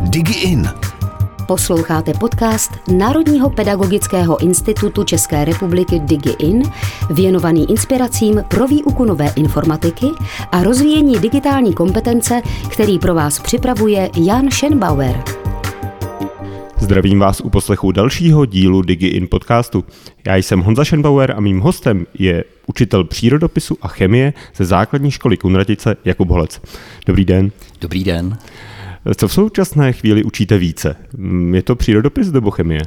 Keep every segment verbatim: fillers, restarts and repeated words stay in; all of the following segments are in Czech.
DigiIn. Posloucháte podcast Národního pedagogického institutu České republiky DigiIn, věnovaný inspiracím pro výuku nové informatiky a rozvíjení digitální kompetence, který pro vás připravuje Jan Schenbauer. Zdravím vás u poslechu dalšího dílu DigiIn podcastu. Já jsem Honza Schenbauer a mým hostem je učitel přírodopisu a chemie ze základní školy Kunratice Jakub Holec. Dobrý den. Dobrý den. Co v současné chvíli učíte více? Je to přírodopis nebo chemie?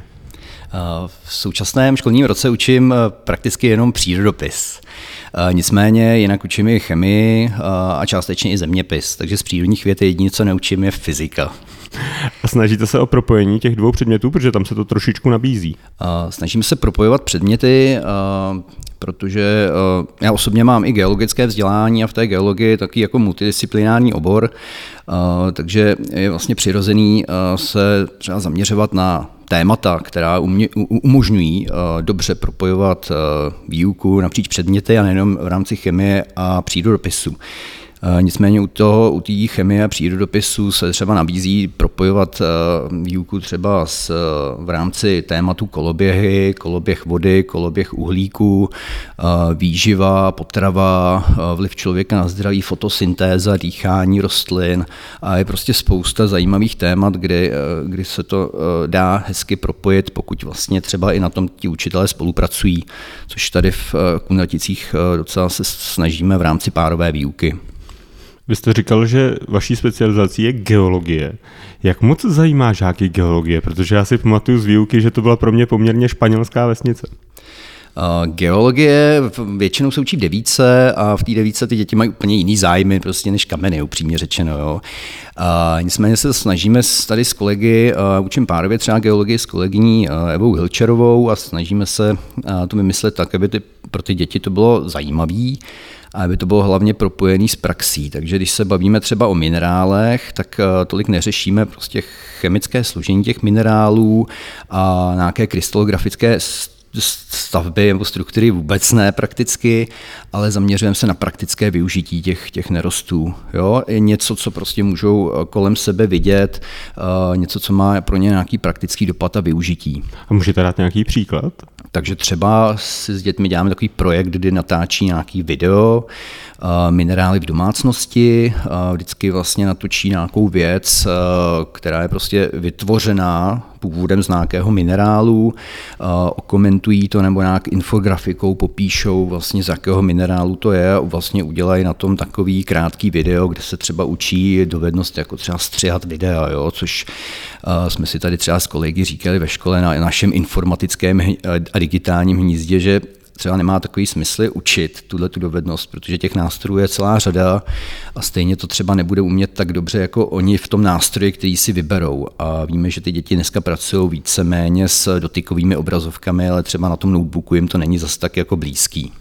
V současném školním roce učím prakticky jenom přírodopis. Nicméně jinak učím i chemii a částečně i zeměpis, takže z přírodních věd jediné, co neučím, je fyzika. A snažíte se o propojení těch dvou předmětů, protože tam se to trošičku nabízí? Snažíme se propojovat předměty, protože já osobně mám i geologické vzdělání a v té geologii taky jako multidisciplinární obor, takže je vlastně přirozený se třeba zaměřovat na témata, která umožňují dobře propojovat výuku napříč předměty a nejenom v rámci chemie a přírodopisu. Nicméně u toho, u té chemie a přírodopisu se třeba nabízí propojovat výuku třeba s, v rámci tématu koloběhy, koloběh vody, koloběh uhlíku, výživa, potrava, vliv člověka na zdraví, fotosyntéza, dýchání rostlin a je prostě spousta zajímavých témat, kdy, kdy se to dá hezky propojit, pokud vlastně třeba i na tom ti učitelé spolupracují, což tady v Kunraticích docela se snažíme v rámci párové výuky. Vy jste říkal, že vaší specializací je geologie. Jak moc zajímá žáky geologie? Protože já si pamatuju z výuky, že to byla pro mě poměrně španělská vesnice. Uh, geologie většinou se učí v devíce a v té devíce ty děti mají úplně jiný zájmy prostě než kameny, upřímně řečeno. Jo. Uh, nicméně se snažíme tady s kolegy, uh, učím párově třeba geologii s kolegyní uh, Evou Hilčerovou a snažíme se uh, to vymyslet tak, aby ty, pro ty děti to bylo zajímavé, a aby to bylo hlavně propojené s praxí. Takže když se bavíme třeba o minerálech, tak tolik neřešíme prostě chemické složení těch minerálů a nějaké krystalografické stavby nebo struktury vůbec ne prakticky, ale zaměřujeme se na praktické využití těch, těch nerostů. Jo? Je něco, co prostě můžou kolem sebe vidět, něco, co má pro ně nějaký praktický dopad a využití. A můžete dát nějaký příklad? Takže třeba si s dětmi děláme takový projekt, kdy natáčí nějaký video, minerály v domácnosti, vždycky vlastně natočí nějakou věc, která je prostě vytvořená původem z nějakého minerálu, okomentují to nebo nějak infografikou popíšou vlastně z jakého minerálu to je a vlastně udělají na tom takový krátký video, kde se třeba učí dovednost jako třeba střihat videa, jo, což jsme si tady třeba s kolegy říkali ve škole na našem informatickém a digitálním hnízdě, že třeba nemá takový smysl učit tuhle tu dovednost, protože těch nástrojů je celá řada a stejně to třeba nebude umět tak dobře jako oni v tom nástroji, který si vyberou. A víme, že ty děti dneska pracují víceméně s dotykovými obrazovkami, ale třeba na tom notebooku jim to není zas tak jako blízký.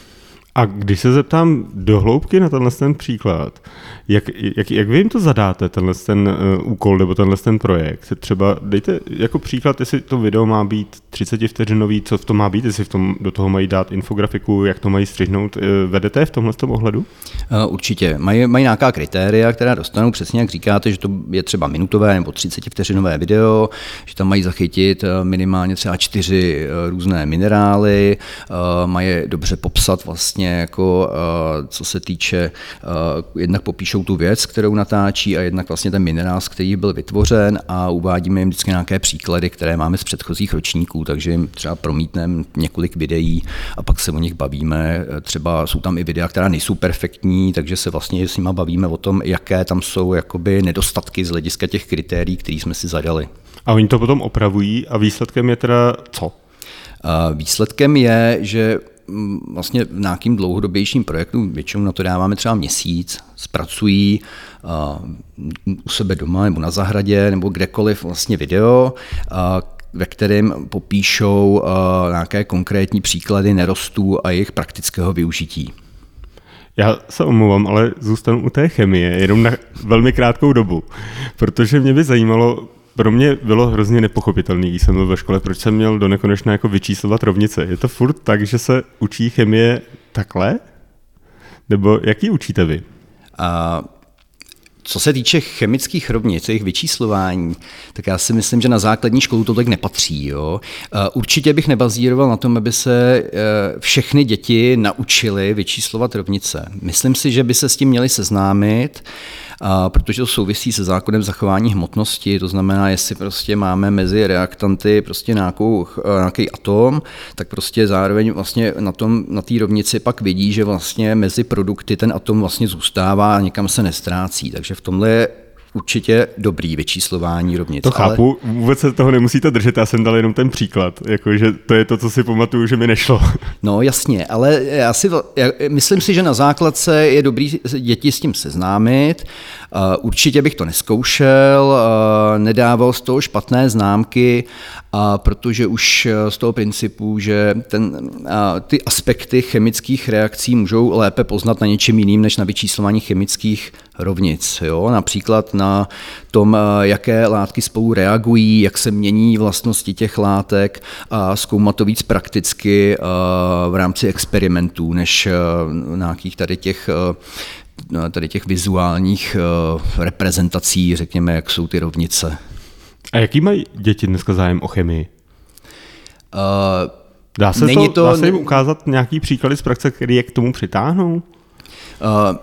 A když se zeptám do hloubky na tenhle ten příklad, jak, jak, jak vy jim to zadáte, tenhle ten uh, úkol nebo tenhle ten projekt? Třeba dejte jako příklad, jestli to video má být třicetivteřinový, co v tom má být, jestli v tom, do toho mají dát infografiku, jak to mají střihnout. Vedete v tomhle tom ohledu? Uh, určitě. Mají, mají nějaká kritéria, která dostanou přesně, jak říkáte, že to je třeba minutové nebo třicetivteřinové video, že tam mají zachytit minimálně třeba čtyři různé minerály, uh, mají dobře popsat vlastně jako co se týče, jednak popíšou tu věc, kterou natáčí a jednak vlastně ten minerál, z který byl vytvořen a uvádíme jim vždycky nějaké příklady, které máme z předchozích ročníků, takže jim třeba promítneme několik videí a pak se o nich bavíme. Třeba jsou tam i videa, která nejsou perfektní, takže se vlastně s nima bavíme o tom, jaké tam jsou jakoby nedostatky z hlediska těch kritérií, které jsme si zadali. A oni to potom opravují a výsledkem je teda co? Výsledkem je, že vlastně v nějakým dlouhodobějším projektu, většinou na to dáváme třeba měsíc, zpracují uh, u sebe doma nebo na zahradě nebo kdekoliv vlastně video, uh, ve kterém popíšou uh, nějaké konkrétní příklady nerostů a jejich praktického využití. Já se omlouvám, ale zůstanu u té chemie jenom na velmi krátkou dobu, protože mě by zajímalo, pro mě bylo hrozně nepochopitelný, když jsem byl ve škole, proč jsem měl do nekonečna jako vyčíslovat rovnice. Je to furt tak, že se učí chemie takhle? Nebo jak ji učíte vy? A Co se týče chemických rovnic, jejich vyčíslování, tak já si myslím, že na základní školu to tak nepatří. Jo? Určitě bych nebazíroval na tom, aby se všechny děti naučily vyčíslovat rovnice. Myslím si, že by se s tím měli seznámit, a protože to souvisí se zákonem zachování hmotnosti, to znamená, jestli prostě máme mezi reaktanty prostě nějakou, nějaký atom, tak prostě zároveň vlastně na tom, na té rovnici pak vidí, že vlastně mezi produkty ten atom vlastně zůstává a někam se nestrácí. Takže v tomhle je určitě dobrý vyčíslování rovnic. To chápu, ale... vůbec se toho nemusíte držet, já jsem dal jenom ten příklad, jakože to je to, co si pamatuju, že mi nešlo. No jasně, ale já si já myslím si, že na základce je dobrý děti s tím seznámit. Určitě bych to neskoušel, nedával z toho špatné známky, protože už z toho principu, že ten, ty aspekty chemických reakcí můžou lépe poznat na něčem jiným, než na vyčíslování chemických rovnic. Jo? Například na tom, jaké látky spolu reagují, jak se mění vlastnosti těch látek a zkoumat to víc prakticky v rámci experimentů, než nějakých tady těch tady těch vizuálních reprezentací, řekněme, jak jsou ty rovnice. A jaký mají děti dneska zájem o chemii? Uh, dá se, to, to, dá se jim ukázat nějaký příklady z praxe, který je k tomu přitáhnou? Uh,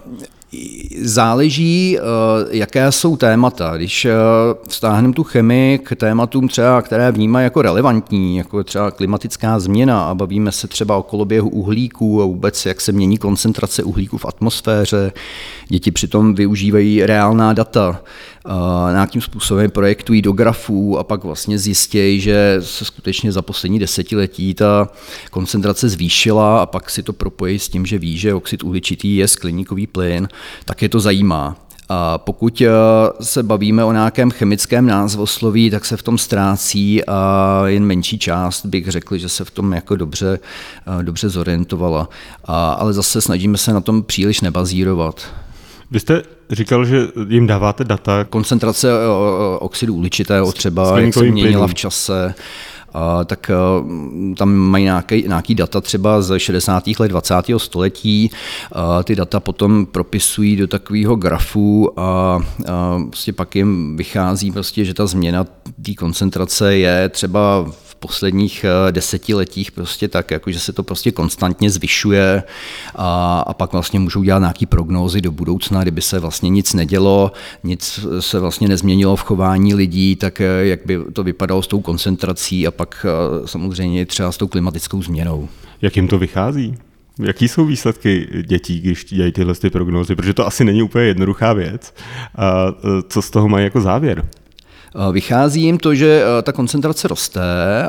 Záleží, jaké jsou témata. Když vztáhneme tu chemii k tématům třeba, které vnímají jako relevantní, jako třeba klimatická změna a bavíme se třeba o koloběhu uhlíku a vůbec, jak se mění koncentrace uhlíku v atmosféře, děti přitom využívají reálná data, nějakým způsobem projektují do grafů a pak vlastně zjistějí, že se skutečně za poslední desetiletí ta koncentrace zvýšila a pak si to propojí s tím, že ví, že oxid uhličitý je skleníkový plyn, tak je to zajímá. A pokud se bavíme o nějakém chemickém názvosloví, tak se v tom ztrácí a jen menší část bych řekl, že se v tom jako dobře, dobře zorientovala. A, ale zase snažíme se na tom příliš nebazírovat. Vy jste říkal, že jim dáváte data. Koncentrace oxidu uhličitého třeba, jak se měnila v čase. A, tak a, tam mají nějaký, nějaký data třeba z šedesátých let dvacátého století. A, ty data potom propisují do takového grafu a, a prostě pak jim vychází, prostě, že ta změna té koncentrace je třeba v posledních desetiletích prostě tak, jako, že se to prostě konstantně zvyšuje a, a pak vlastně můžou dělat nějaké prognózy do budoucna, kdyby se vlastně nic nedělo, nic se vlastně nezměnilo v chování lidí, tak jak by to vypadalo s tou koncentrací a pak samozřejmě třeba s tou klimatickou změnou. Jak jim to vychází? Jaký jsou výsledky dětí, když dělají tyhle ty prognózy? Protože to asi není úplně jednoduchá věc. A co z toho mají jako závěr? Vychází jim to, že ta koncentrace roste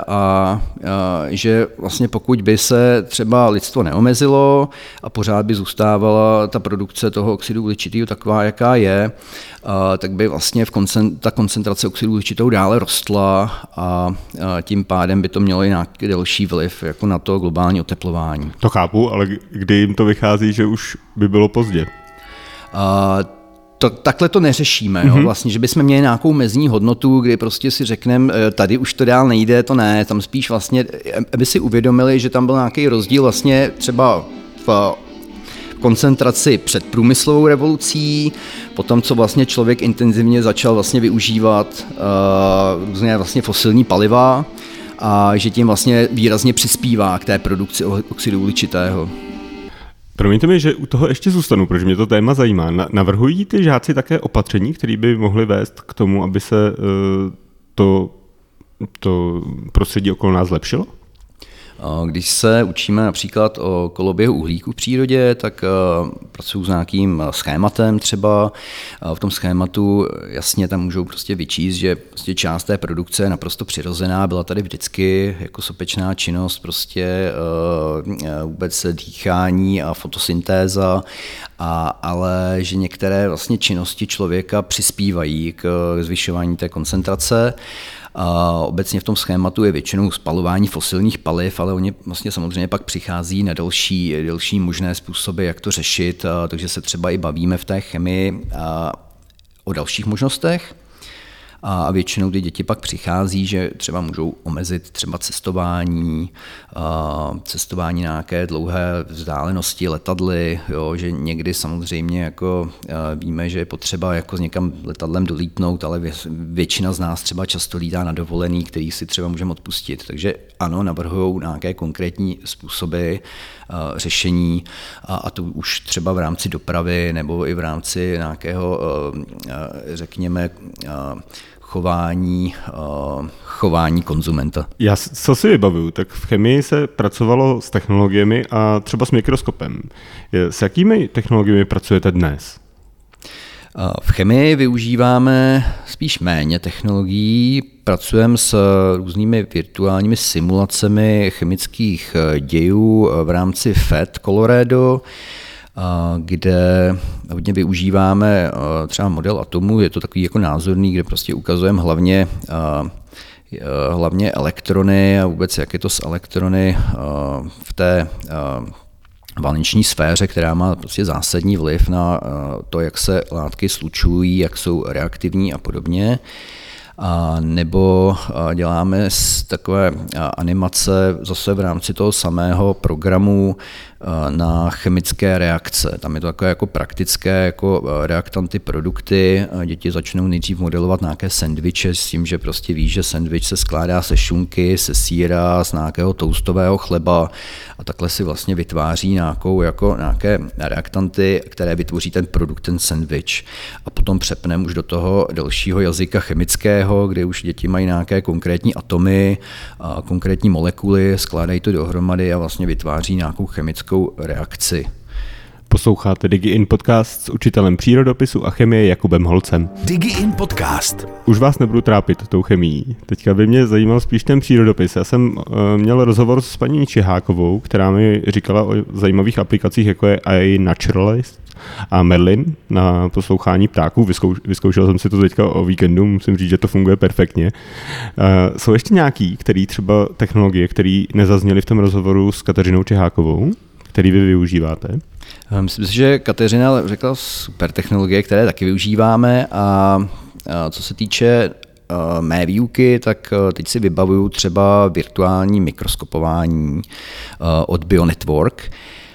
a že vlastně pokud by se třeba lidstvo neomezilo a pořád by zůstávala ta produkce toho oxidu uhličitého taková, jaká je, tak by vlastně v koncent- ta koncentrace oxidu uhličitého dále rostla a tím pádem by to mělo i nějaký delší vliv jako na to globální oteplování. To chápu, ale kdy jim to vychází, že už by bylo pozdě? A To, takhle to neřešíme, jo? Vlastně, že bychom měli nějakou mezní hodnotu, kdy prostě si řekneme, tady už to dál nejde, to ne, tam spíš vlastně, aby si uvědomili, že tam byl nějaký rozdíl vlastně třeba v koncentraci před průmyslovou revolucí, potom, co vlastně člověk intenzivně začal vlastně využívat uh, různé vlastně fosilní paliva a že tím vlastně výrazně přispívá k té produkci oxidu uhličitého. Promiňte mi, že u toho ještě zůstanu, protože mě to téma zajímá. Navrhují ty žáci také opatření, které by mohly vést k tomu, aby se to, to prostředí okolo nás zlepšilo? Když se učíme například o koloběhu uhlíku v přírodě, tak pracuji s nějakým schématem třeba. V tom schématu jasně tam můžou prostě vyčíst, že prostě část té produkce je naprosto přirozená, byla tady vždycky jako sopečná činnost, prostě vůbec dýchání a fotosyntéza, a, ale že některé vlastně činnosti člověka přispívají k zvyšování té koncentrace. A obecně v tom schématu je většinou spalování fosilních paliv, ale oni vlastně samozřejmě pak přichází na další, další možné způsoby, jak to řešit, a takže se třeba i bavíme v té chemii a o dalších možnostech. A většinou ty děti pak přichází, že třeba můžou omezit třeba cestování, cestování na nějaké dlouhé vzdálenosti letadly, jo, že někdy samozřejmě jako víme, že je potřeba jako s někam letadlem dolítnout, ale většina z nás třeba často lítá na dovolený, který si třeba můžeme odpustit. Takže ano, navrhují nějaké konkrétní způsoby řešení a, a to už třeba v rámci dopravy nebo i v rámci nějakého, řekněme, chování, chování konzumenta. Já co si vybavuju, tak v chemii se pracovalo s technologiemi a třeba s mikroskopem. S jakými technologiemi pracujete dnes? V chemii využíváme spíš méně technologií, pracujeme s různými virtuálními simulacemi chemických dějů v rámci F E T Colorado, kde hodně využíváme třeba model atomu, je to takový jako názorný, kde prostě ukazujeme hlavně, hlavně elektrony a vůbec jak je to s elektrony v té valenční sféře, která má prostě zásadní vliv na to, jak se látky slučují, jak jsou reaktivní a podobně. A nebo děláme takové animace zase v rámci toho samého programu na chemické reakce. Tam je to takové jako praktické jako reaktanty, produkty. Děti začnou nejdřív modelovat nějaké sendviče s tím, že prostě ví, že sendvič se skládá se šunky, se sýra, z nějakého toastového chleba a takhle si vlastně vytváří nějakou, jako nějaké reaktanty, které vytvoří ten produkt, ten sendvič. A potom přepneme už do toho dalšího jazyka chemického, kde už děti mají nějaké konkrétní atomy, a konkrétní molekuly, skládají to dohromady a vlastně vytváří nějakou chemickou reakci. Posloucháte DigiIn podcast s učitelem přírodopisu a chemie Jakubem Holcem. DigiIn podcast. Už vás nebudu trápit tou chemií. Teďka by mě zajímal spíš ten přírodopis. Já jsem uh, měl rozhovor s paní Čihákovou, která mi říkala o zajímavých aplikacích, jako je iNaturalist a Merlin na poslouchání ptáků. Vyzkouš, vyzkoušel jsem si to teďka o víkendu, musím říct, že to funguje perfektně. Uh, jsou ještě nějaký, který třeba technologie, které nezazněly v tom rozhovoru s Kateřinou Čihákovou, který vy využíváte? Myslím si, že Kateřina řekla super technologie, které taky využíváme a, a co se týče a, mé výuky, tak a, teď si vybavuju třeba virtuální mikroskopování a, od BioNetwork.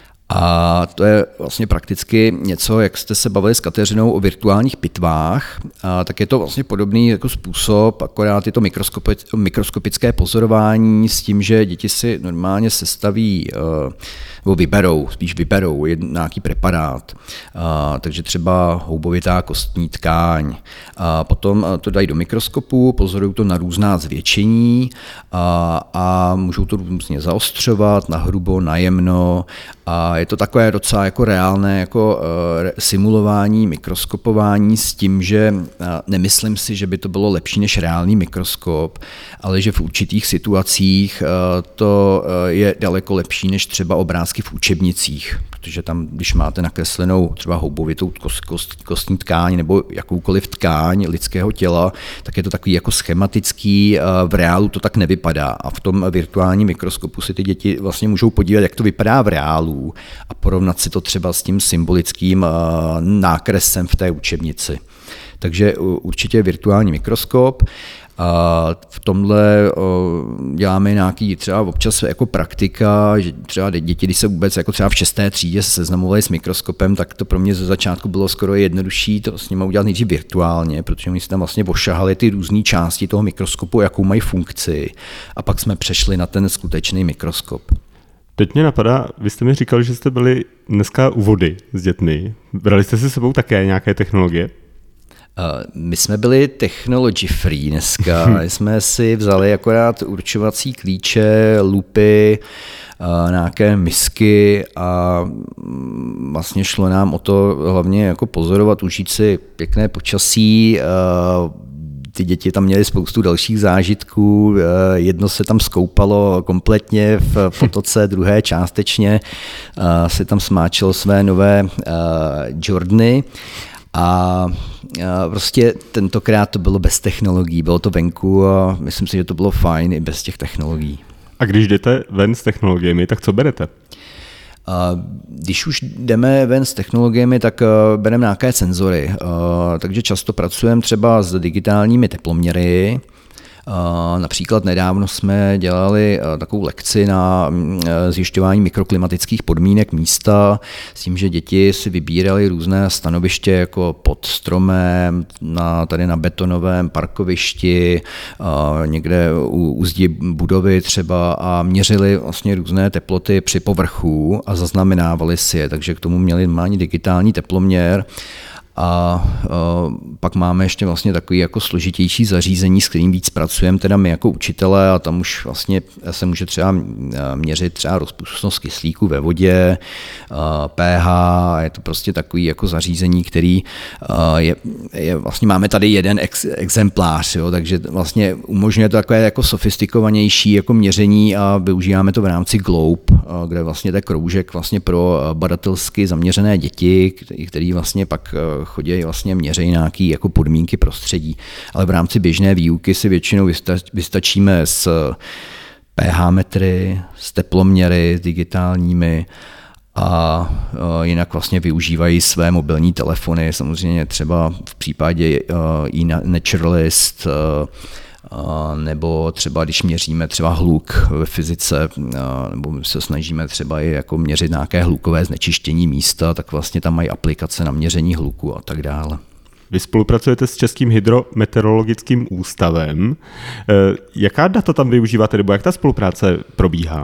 A to je vlastně prakticky něco, jak jste se bavili s Kateřinou o virtuálních pitvách, a tak je to vlastně podobný jako způsob, akorát je to mikroskopické pozorování s tím, že děti si normálně sestaví nebo vyberou, spíš vyberou nějaký preparát, a, takže třeba houbovitá kostní tkáň. A potom to dají do mikroskopu, pozorují to na různá zvětšení a, a můžou to různě zaostřovat na hrubo, na jemno. A je to takové docela jako reálné jako uh, simulování, mikroskopování s tím, že uh, nemyslím si, že by to bylo lepší než reálný mikroskop, ale že v určitých situacích uh, to uh, je daleko lepší než třeba obrázky v učebnicích, protože tam, když máte nakreslenou třeba houbovitou kost, kost, kostní tkáň nebo jakoukoliv tkáň lidského těla, tak je to takový jako schematický, uh, v reálu to tak nevypadá a v tom virtuálním mikroskopu si ty děti vlastně můžou podívat, jak to vypadá v reálu a porovnat si to třeba s tím symbolickým nákresem v té učebnici. Takže určitě virtuální mikroskop. A v tomhle děláme nějaký třeba občas jako praktika, že třeba děti, když se vůbec jako třeba v šesté třídě se seznamovali s mikroskopem, tak to pro mě ze začátku bylo skoro jednodušší to s nimi udělat nejdřív virtuálně, protože oni si tam vlastně ošahali ty různé části toho mikroskopu, jakou mají funkci a pak jsme přešli na ten skutečný mikroskop. Teď mě napadá, vy jste mi říkali, že jste byli dneska u vody s dětmi. Brali jste si sebou také nějaké technologie? My jsme byli technology free dneska. My jsme si vzali akorát určovací klíče, lupy, nějaké misky a vlastně šlo nám o to hlavně jako pozorovat, užít si pěkné počasí. Ty děti tam měly spoustu dalších zážitků, jedno se tam skoupalo kompletně v potoce, druhé částečně si tam smáčelo své nové Jordany a prostě tentokrát to bylo bez technologií, bylo to venku a myslím si, že to bylo fajn i bez těch technologií. A když jdete ven s technologiemi, tak co berete? Když už jdeme ven s technologiemi, tak bereme nějaké senzory. Takže často pracujeme třeba s digitálními teploměry. Například nedávno jsme dělali takovou lekci na zjišťování mikroklimatických podmínek místa s tím, že děti si vybírali různé stanoviště jako pod stromem, na, tady na betonovém parkovišti, někde u, u zdi budovy třeba a měřili vlastně různé teploty při povrchu a zaznamenávali si je, takže k tomu měli normální digitální teploměr. A uh, pak máme ještě vlastně takový jako složitější zařízení, s kterým víc pracujeme, teda my jako učitelé, a tam už vlastně se může třeba měřit třeba rozpustnost kyslíku ve vodě, uh, pH, je to prostě takový jako zařízení, který uh, je, je, vlastně máme tady jeden ex, exemplář, jo, takže vlastně umožňuje to takové jako sofistikovanější jako měření a využíváme to v rámci Globe, uh, kde vlastně to je kroužek vlastně pro badatelsky zaměřené děti, který, který vlastně pak uh, chodí vlastně měří nějaké jako podmínky prostředí, ale v rámci běžné výuky si většinou vystačíme s pH metry, s teploměry, s digitálními a jinak vlastně využívají své mobilní telefony, samozřejmě třeba v případě e-Naturalist, nebo třeba když měříme třeba hluk ve fyzice, nebo se snažíme třeba i jako měřit nějaké hlukové znečištění místa, tak vlastně tam mají aplikace na měření hluku a tak dále. Vy spolupracujete s Českým hydrometeorologickým ústavem. Jaká data tam využíváte, nebo jak ta spolupráce probíhá?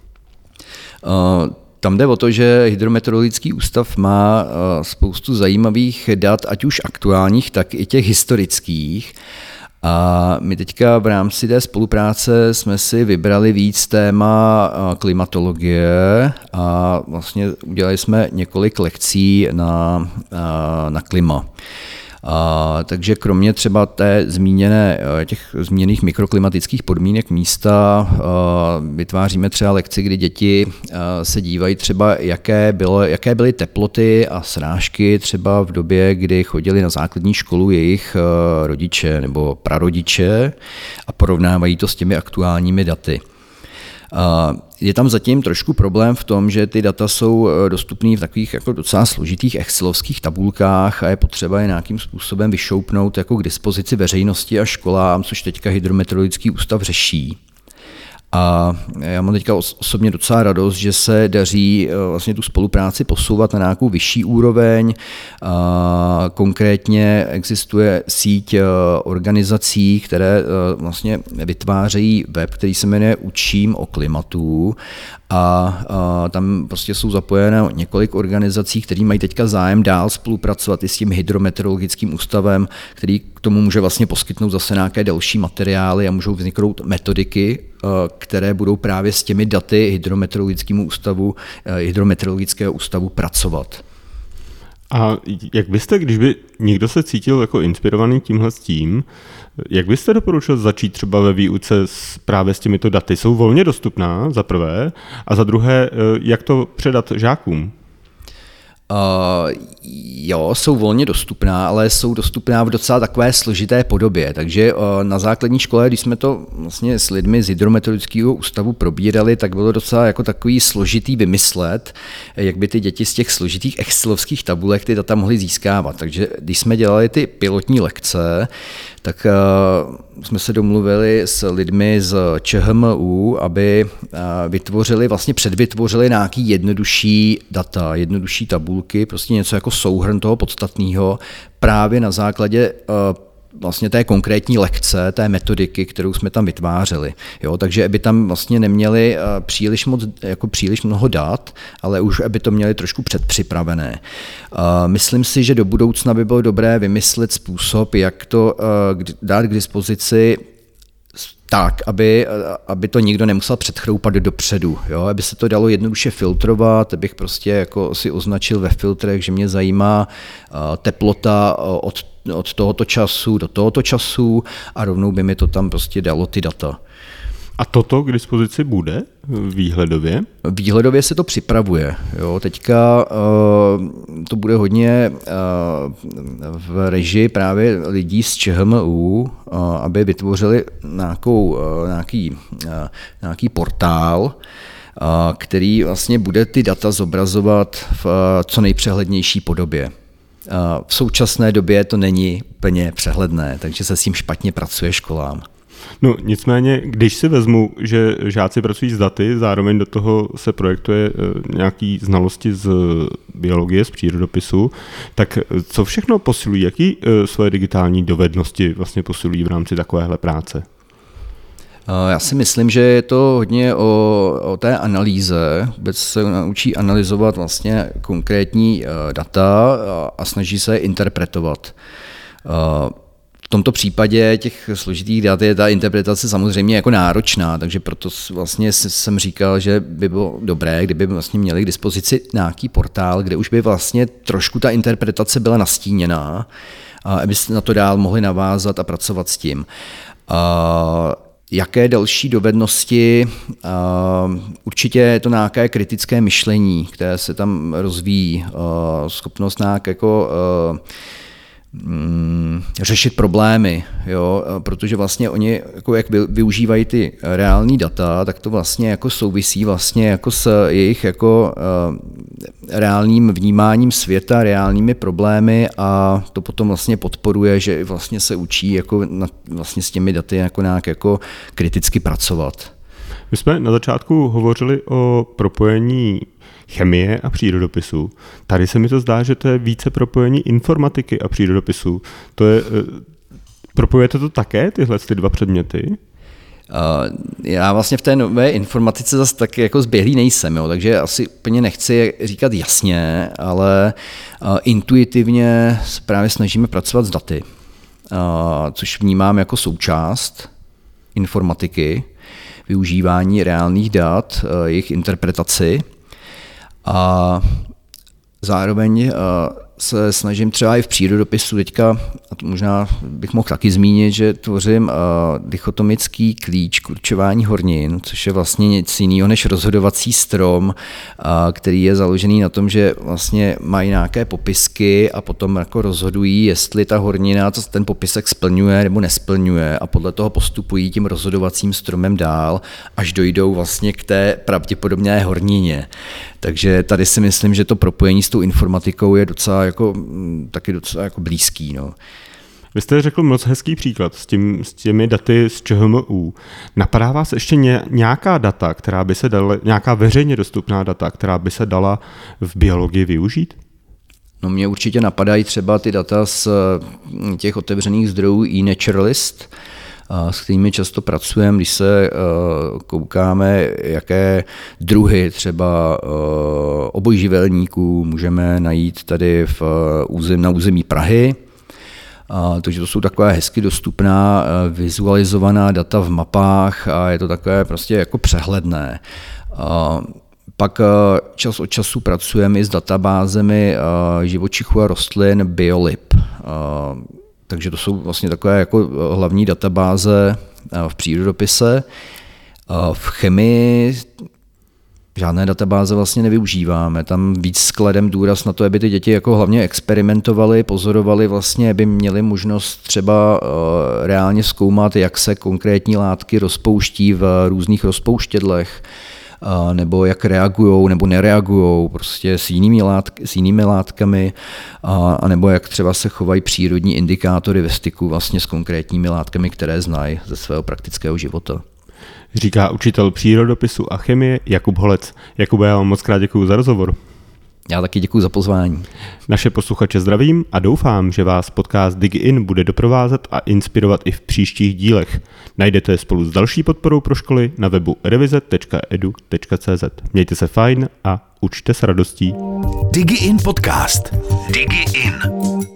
Uh, Tam jde o to, že Hydrometeorologický ústav má spoustu zajímavých dat, ať už aktuálních, tak i těch historických. A my teďka v rámci té spolupráce jsme si vybrali víc téma klimatologie a vlastně udělali jsme několik lekcí na, na klima. A, takže kromě třeba té zmíněné, těch zmíněných mikroklimatických podmínek místa a, vytváříme třeba lekci, kdy děti a, se dívají třeba, jaké, bylo, jaké byly teploty a srážky třeba v době, kdy chodili na základní školu jejich a, rodiče nebo prarodiče a porovnávají to s těmi aktuálními daty. Je tam zatím trošku problém v tom, že ty data jsou dostupné v takových jako docela složitých excelovských tabulkách a je potřeba je nějakým způsobem vyšoupnout jako k dispozici veřejnosti a školám, což teďka Hydrometeorologický ústav řeší. A já mám teďka osobně docela radost, že se daří vlastně tu spolupráci posouvat na nějakou vyšší úroveň. A konkrétně existuje síť organizací, které vlastně vytvářejí web, který se jmenuje Učím o klimatu. A, a tam prostě jsou zapojené několik organizací, které mají teďka zájem dál spolupracovat i s tím Hydrometeorologickým ústavem, který k tomu může vlastně poskytnout zase nějaké další materiály a můžou vzniknout metodiky, které budou právě s těmi daty Hydrometeorologickému ústavu, Hydrometeorologického ústavu pracovat. A jak byste, když by někdo se cítil jako inspirovaný tímhle s tím, jak byste doporučil začít třeba ve výuce s, právě s těmito daty? Jsou volně dostupná za prvé a za druhé, jak to předat žákům? Uh, jo, jsou volně dostupná, ale jsou dostupná v docela takové složité podobě. Takže uh, na základní škole, když jsme to vlastně s lidmi z Hydrometeorologického ústavu probírali, tak bylo docela jako takový složitý vymyslet, jak by ty děti z těch složitých excelovských tabulek ty data mohly získávat. Takže když jsme dělali ty pilotní lekce, tak uh, jsme se domluvili s lidmi z ČHMÚ, aby uh, vytvořili, vlastně předvytvořili nějaký jednodušší data, jednodušší tabulky, prostě něco jako souhrn toho podstatného právě na základě uh, vlastně té konkrétní lekce, té metodiky, kterou jsme tam vytvářeli. Jo, takže aby tam vlastně neměli uh, příliš moc, jako příliš mnoho dat, ale už aby to měli trošku předpřipravené. Uh, myslím si, že do budoucna by bylo dobré vymyslet způsob, jak to uh, dát k dispozici tak, aby, aby to nikdo nemusel předchroupat dopředu, jo? Aby se to dalo jednoduše filtrovat, abych prostě jako si označil ve filtrech, že mě zajímá uh, teplota od, od tohoto času do tohoto času a rovnou by mi to tam prostě dalo ty data. A toto k dispozici bude výhledově? Výhledově se to připravuje. Jo. Teďka uh, to bude hodně uh, v režii právě lidí z ČHMÚ, uh, aby vytvořili nějakou, uh, nějaký, uh, nějaký portál, který vlastně bude ty data zobrazovat v co nejpřehlednější podobě. V současné době to není úplně přehledné, takže se s tím špatně pracuje školám. No nicméně, když si vezmu, že žáci pracují s daty, zároveň do toho se projektuje nějaký znalosti z biologie, z přírodopisu, tak co všechno posilují, jaký svoje digitální dovednosti vlastně posilují v rámci takovéhle práce? Já si myslím, že je to hodně o, o té analýze, vůbec se naučí analyzovat vlastně konkrétní data a, a snaží se je interpretovat. V tomto případě těch složitých dat je ta interpretace samozřejmě jako náročná, takže proto vlastně jsem říkal, že by bylo dobré, kdyby vlastně měli k dispozici nějaký portál, kde už by vlastně trošku ta interpretace byla nastíněná, aby na to dál mohli navázat a pracovat s tím. Jaké další dovednosti? Určitě je to nějaké kritické myšlení, které se tam rozvíjí, schopnost nějak jako řešit problémy, jo? Protože vlastně oni, jako jak využívají ty reální data, tak to vlastně jako souvisí vlastně jako s jejich jako reálným vnímáním světa, reálnými problémy a to potom vlastně podporuje, že vlastně se učí jako na, vlastně s těmi daty jako nějak jako kriticky pracovat. My jsme na začátku hovořili o propojení chemie a přírodopisu. Tady se mi to zdá, že to je více propojení informatiky a přírodopisu. To je, propojujete to také, tyhle ty dva předměty? Já vlastně v té nové informatice zase tak jako zběhlý nejsem, jo, takže asi úplně nechci říkat jasně, ale intuitivně právě snažíme pracovat s daty, což vnímám jako součást informatiky, využívání reálných dat, jejich interpretaci. A zároveň se snažím třeba i v přírodopisu teďka, a to možná bych mohl taky zmínit, že tvořím dichotomický klíč k určování hornin, což je vlastně nic jiného než rozhodovací strom, který je založený na tom, že vlastně mají nějaké popisky a potom jako rozhodují, jestli ta hornina ten popisek splňuje nebo nesplňuje a podle toho postupují tím rozhodovacím stromem dál, až dojdou vlastně k té pravděpodobné hornině. Takže tady si myslím, že to propojení s tou informatikou je docela jako, taky docela jako blízký. No. Vy jste řekl moc hezký příklad s, tím, s těmi daty z ČHMÚ. Napadá vás ještě nějaká data, která by se dala, nějaká veřejně dostupná data, která by se dala v biologii využít? No mě určitě napadají třeba ty data z těch otevřených zdrojů eNaturalist, s kterými často pracujeme, když se koukáme, jaké druhy třeba obojživelníků můžeme najít tady v území, na území Prahy. Takže to jsou takové hezky dostupná, vizualizovaná data v mapách a je to takové prostě jako přehledné. Pak čas od času pracujeme i s databázemi živočichů a rostlin BioLib. Takže to jsou vlastně takové jako hlavní databáze v přírodopise. V chemii žádné databáze vlastně nevyužíváme. Tam víc skladem důraz na to, aby ty děti jako hlavně experimentovaly, pozorovaly vlastně, aby měly možnost třeba reálně zkoumat, jak se konkrétní látky rozpouští v různých rozpouštědlech, nebo jak reagujou nebo nereagujou prostě s jinými, látk, s jinými látkami, a nebo jak třeba se chovají přírodní indikátory ve styku vlastně s konkrétními látkami, které znají ze svého praktického života. Říká učitel přírodopisu a chemie Jakub Holec. Jakube, já vám moc krát děkuju za rozhovor. Já taky děkuji za pozvání. Naše posluchače zdravím a doufám, že vás podcast DigiIn bude doprovázet a inspirovat i v příštích dílech. Najdete je spolu s další podporou pro školy na webu revize tečka edu tečka cz. Mějte se fajn a učte s radostí. DigiIn podcast. DigiIn.